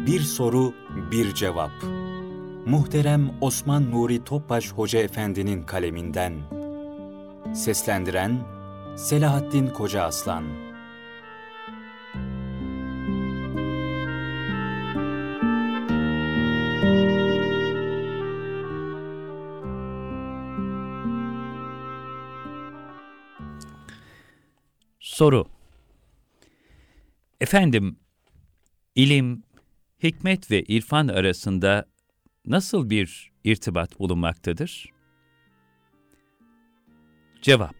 Bir soru, bir cevap. Muhterem Osman Nuri Topbaş Hoca Efendi'nin kaleminden. Seslendiren Selahattin Kocaaslan. Soru. Efendim, ilim, hikmet ve irfan arasında nasıl bir irtibat bulunmaktadır? Cevap.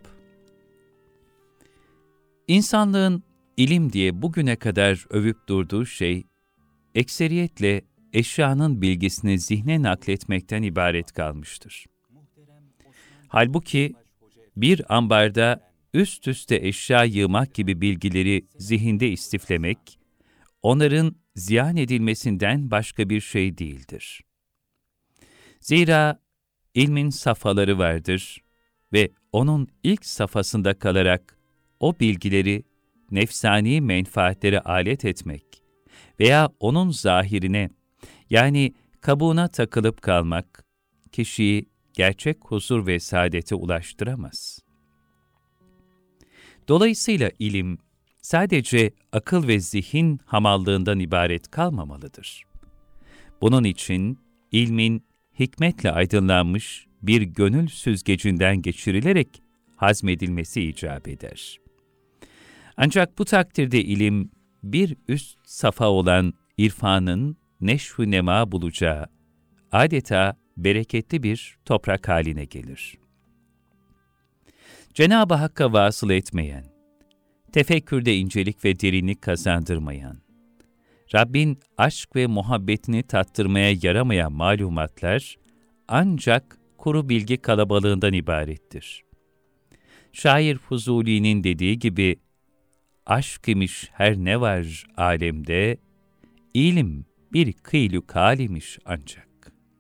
İnsanlığın ilim diye bugüne kadar övüp durduğu şey, ekseriyetle eşyanın bilgisini zihne nakletmekten ibaret kalmıştır. Halbuki bir ambarda üst üste eşya yığmak gibi bilgileri zihinde istiflemek, onların ziyan edilmesinden başka bir şey değildir. Zira ilmin safhaları vardır ve onun ilk safhasında kalarak o bilgileri nefsani menfaatlere alet etmek veya onun zahirine, yani kabuğuna takılıp kalmak, kişiyi gerçek huzur ve saadete ulaştıramaz. Dolayısıyla ilim, sadece akıl ve zihin hamallığından ibaret kalmamalıdır. Bunun için ilmin hikmetle aydınlanmış bir gönül süzgecinden geçirilerek hazmedilmesi icap eder. Ancak bu takdirde ilim, bir üst safa olan irfanın neşv-ü nema bulacağı, adeta bereketli bir toprak haline gelir. Cenab-ı Hakk'a vasıl etmeyen, tefekkürde incelik ve derinlik kazandırmayan, Rabbin aşk ve muhabbetini tattırmaya yaramayan malumatlar ancak kuru bilgi kalabalığından ibarettir. Şair Fuzuli'nin dediği gibi, aşk imiş her ne var alemde, ilim bir kıylü kalimiş ancak.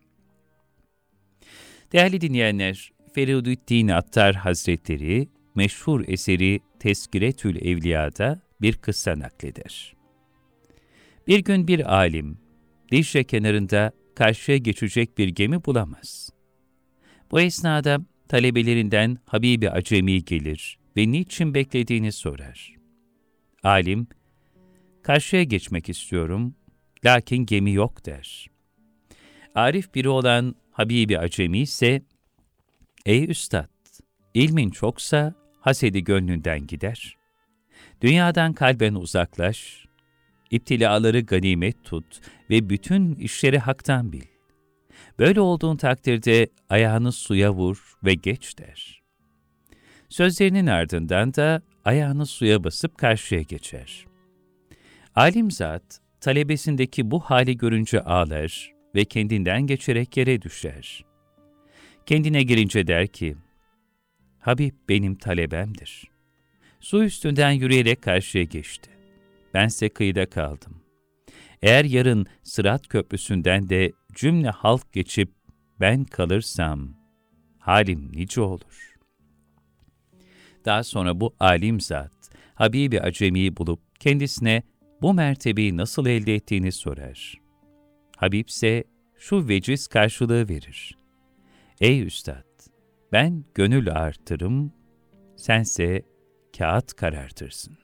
Değerli dinleyenler, Feridüddin Attar Hazretleri, meşhur eseri Tezkiretül Evliya'da bir kıssa nakleder. Bir gün bir alim, Dicle kenarında karşıya geçecek bir gemi bulamaz. Bu esnada talebelerinden Habibi Acemi gelir ve niçin beklediğini sorar. Alim, karşıya geçmek istiyorum, lakin gemi yok der. Arif biri olan Habibi Acemi ise, ey üstad, ilmin çoksa hasedi gönlünden gider. Dünyadan kalben uzaklaş, İptilaları ganimet tut ve bütün işleri haktan bil. Böyle olduğun takdirde ayağını suya vur ve geç der. Sözlerinin ardından da ayağını suya basıp karşıya geçer. Alim zat, talebesindeki bu hali görünce ağlar ve kendinden geçerek yere düşer. Kendine gelince der ki, Habib benim talebemdir. Su üstünden yürüyerek karşıya geçti. Bense kıyıda kaldım. Eğer yarın Sırat Köprüsü'nden de cümle halk geçip ben kalırsam, halim nice olur. Daha sonra bu alim zat, Habibi Acemi'yi bulup kendisine bu mertebeyi nasıl elde ettiğini sorar. Habib ise şu veciz karşılığı verir. Ey üstad, ben gönül artırım, sense kağıt karartırsın.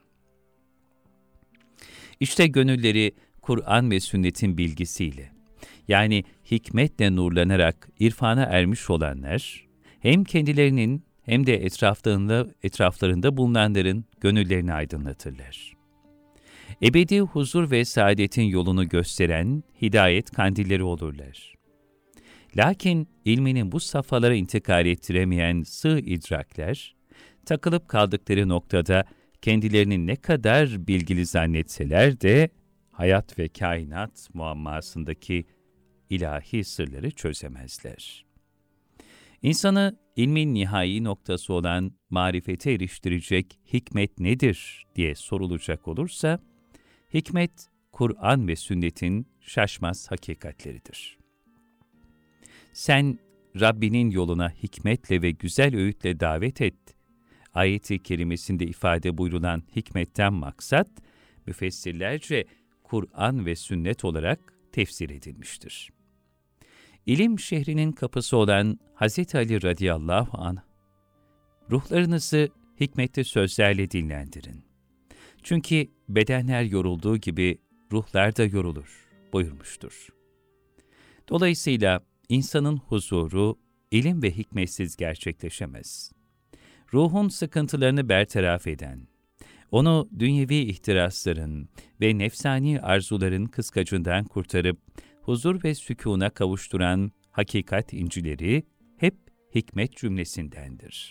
İşte gönülleri Kur'an ve sünnetin bilgisiyle, yani hikmetle nurlanarak irfana ermiş olanlar, hem kendilerinin hem de etraflarında bulunanların gönüllerini aydınlatırlar. Ebedi huzur ve saadetin yolunu gösteren hidayet kandilleri olurlar. Lakin ilminin bu safhalara intikal ettiremeyen sığ idrakler, takılıp kaldıkları noktada kendilerini ne kadar bilgili zannetseler de hayat ve kainat muammasındaki ilahi sırları çözemezler. İnsanı ilmin nihai noktası olan marifete eriştirecek hikmet nedir diye sorulacak olursa, hikmet, Kur'an ve sünnetin şaşmaz hakikatleridir. Sen Rabbinin yoluna hikmetle ve güzel öğütle davet et. Ayet-i kerimesinde ifade buyurulan hikmetten maksat, müfessirlerce Kur'an ve sünnet olarak tefsir edilmiştir. İlim şehrinin kapısı olan Hz. Ali radıyallahu anh, ruhlarınızı hikmetli sözlerle dinlendirin. Çünkü bedenler yorulduğu gibi ruhlar da yorulur buyurmuştur. Dolayısıyla insanın huzuru ilim ve hikmetsiz gerçekleşemez. Ruhun sıkıntılarını bertaraf eden, onu dünyevi ihtirasların ve nefsani arzuların kıskacından kurtarıp huzur ve sükûna kavuşturan hakikat incileri hep hikmet cümlesindendir.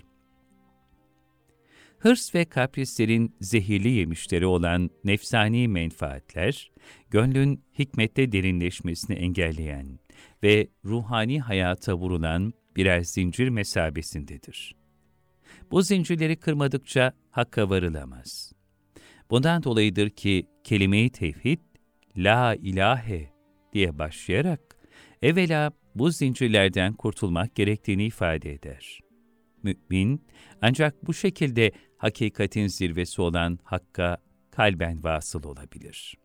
Hırs ve kaprislerin zehirli yemişleri olan nefsani menfaatler, gönlün hikmette derinleşmesini engelleyen ve ruhani hayata vurulan birer zincir mesabesindedir. Bu zincirleri kırmadıkça hakka varılamaz. Bundan dolayıdır ki kelime-i tevhid, la ilahe diye başlayarak evvela bu zincirlerden kurtulmak gerektiğini ifade eder. Mümin ancak bu şekilde hakikatin zirvesi olan hakka kalben vasıl olabilir.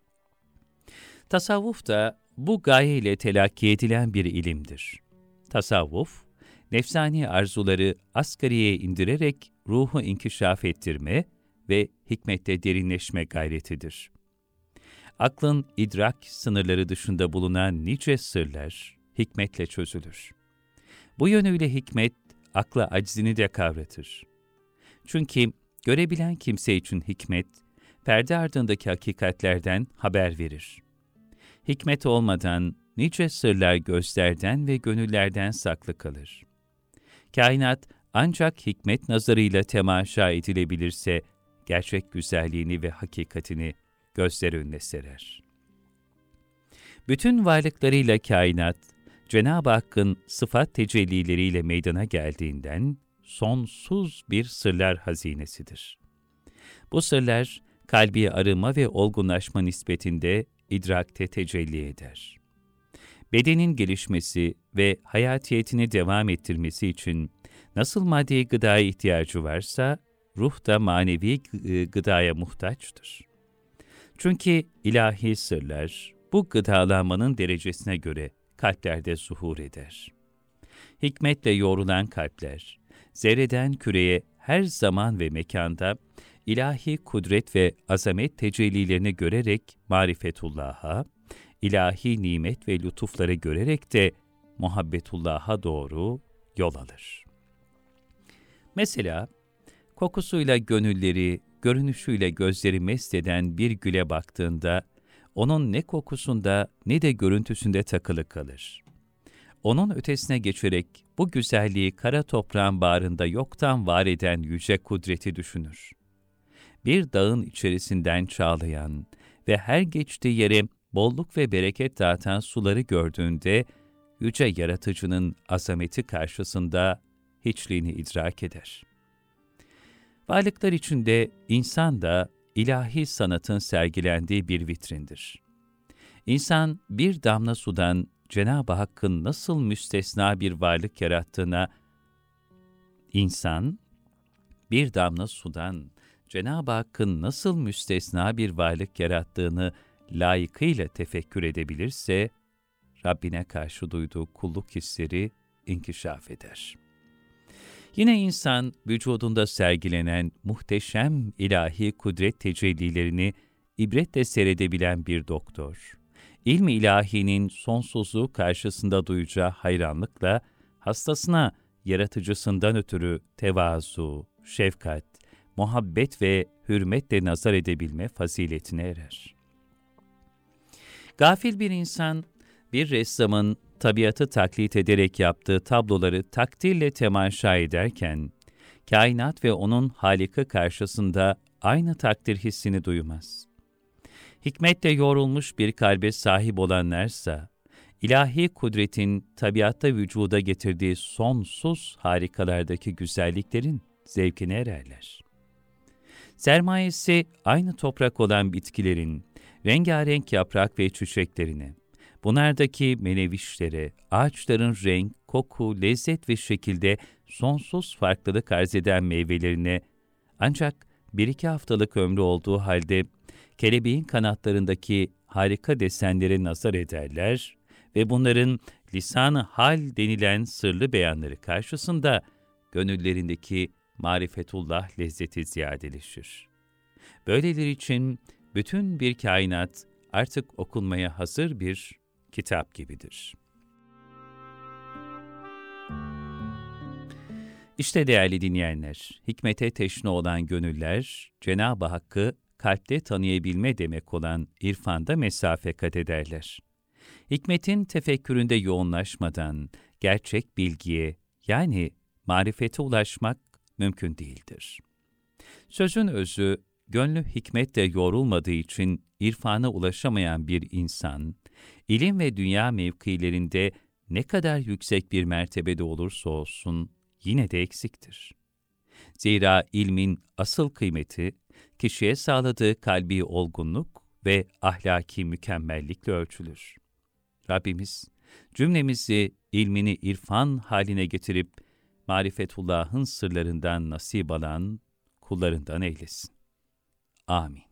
Tasavvuf da bu gayeyle telakki edilen bir ilimdir. Tasavvuf, nefsani arzuları asgariye indirerek ruhu inkişaf ettirme ve hikmette derinleşme gayretidir. Aklın idrak sınırları dışında bulunan nice sırlar hikmetle çözülür. Bu yönüyle hikmet, akla aczini de kavratır. Çünkü görebilen kimse için hikmet, perde ardındaki hakikatlerden haber verir. Hikmet olmadan nice sırlar gözlerden ve gönüllerden saklı kalır. Kainat ancak hikmet nazarıyla temaşa edilebilirse, gerçek güzelliğini ve hakikatini gözler önüne serer. Bütün varlıklarıyla kainat, Cenab-ı Hakk'ın sıfat tecellileriyle meydana geldiğinden sonsuz bir sırlar hazinesidir. Bu sırlar, kalbi arınma ve olgunlaşma nispetinde idrakte tecelli eder. Bedenin gelişmesi ve hayatiyetini devam ettirmesi için nasıl maddi gıdaya ihtiyacı varsa, ruh da manevi gıdaya muhtaçtır. Çünkü ilahi sırlar, bu gıdalanmanın derecesine göre kalplerde zuhur eder. Hikmetle yoğrulan kalpler, zerreden küreye her zaman ve mekanda ilahi kudret ve azamet tecellilerini görerek marifetullah'a, ilahi nimet ve lütufları görerek de muhabbetullah'a doğru yol alır. Mesela, kokusuyla gönülleri, görünüşüyle gözleri mest eden bir güle baktığında, onun ne kokusunda ne de görüntüsünde takılı kalır. Onun ötesine geçerek bu güzelliği kara toprağın bağrında yoktan var eden yüce kudreti düşünür. Bir dağın içerisinden çağlayan ve her geçtiği yere bolluk ve bereket dağıtan suları gördüğünde, yüce yaratıcının azameti karşısında hiçliğini idrak eder. Varlıklar içinde insan da ilahi sanatın sergilendiği bir vitrindir. İnsan bir damla sudan Cenab-ı Hakk'ın nasıl müstesna bir varlık yarattığına, layıkıyla tefekkür edebilirse, Rabbine karşı duyduğu kulluk hisleri inkişaf eder. Yine insan, vücudunda sergilenen muhteşem ilahi kudret tecellilerini ibretle seyredebilen bir doktor, İlm-i ilahinin sonsuzluğu karşısında duyacağı hayranlıkla, hastasına yaratıcısından ötürü tevazu, şefkat, muhabbet ve hürmetle nazar edebilme faziletine erer. Gafil bir insan, bir ressamın tabiatı taklit ederek yaptığı tabloları takdirle temaşa ederken, kainat ve onun Halik'i karşısında aynı takdir hissini duymaz. Hikmetle yoğrulmuş bir kalbe sahip olanlarsa, ilahi kudretin tabiatta vücuda getirdiği sonsuz harikalardaki güzelliklerin zevkine ererler. Sermayesi aynı toprak olan bitkilerin, rengarenk yaprak ve çiçeklerine, bunlardaki menevişlere, ağaçların renk, koku, lezzet ve şekilde sonsuz farklılık arz eden meyvelerine, ancak 1-2 haftalık ömrü olduğu halde, kelebeğin kanatlarındaki harika desenlere nazar ederler ve bunların lisan-ı hal denilen sırlı beyanları karşısında gönüllerindeki marifetullah lezzeti ziyadeleşir. Böyleler için bütün bir kainat artık okunmaya hazır bir kitap gibidir. İşte değerli dinleyenler, hikmete teşne olan gönüller, Cenab-ı Hakk'ı kalpte tanıyabilme demek olan irfanda mesafe kat ederler. Hikmetin tefekküründe yoğunlaşmadan gerçek bilgiye, yani marifete ulaşmak mümkün değildir. Sözün özü, gönlü hikmetle yoğrulmadığı için irfana ulaşamayan bir insan, ilim ve dünya mevkilerinde ne kadar yüksek bir mertebede olursa olsun, yine de eksiktir. Zira ilmin asıl kıymeti, kişiye sağladığı kalbi olgunluk ve ahlaki mükemmellikle ölçülür. Rabbimiz, cümlemizi ilmini irfan haline getirip, marifetullah'ın sırlarından nasip alan kullarından eylesin. Amin.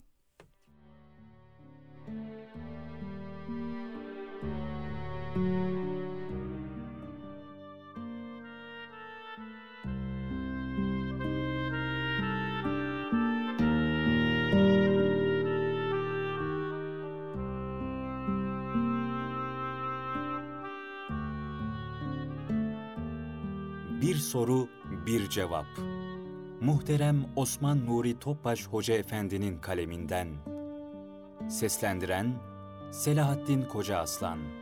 Bir soru, bir cevap. Muhterem Osman Nuri Topbaş Hoca Efendi'nin kaleminden. Seslendiren Selahattin Kocaaslan.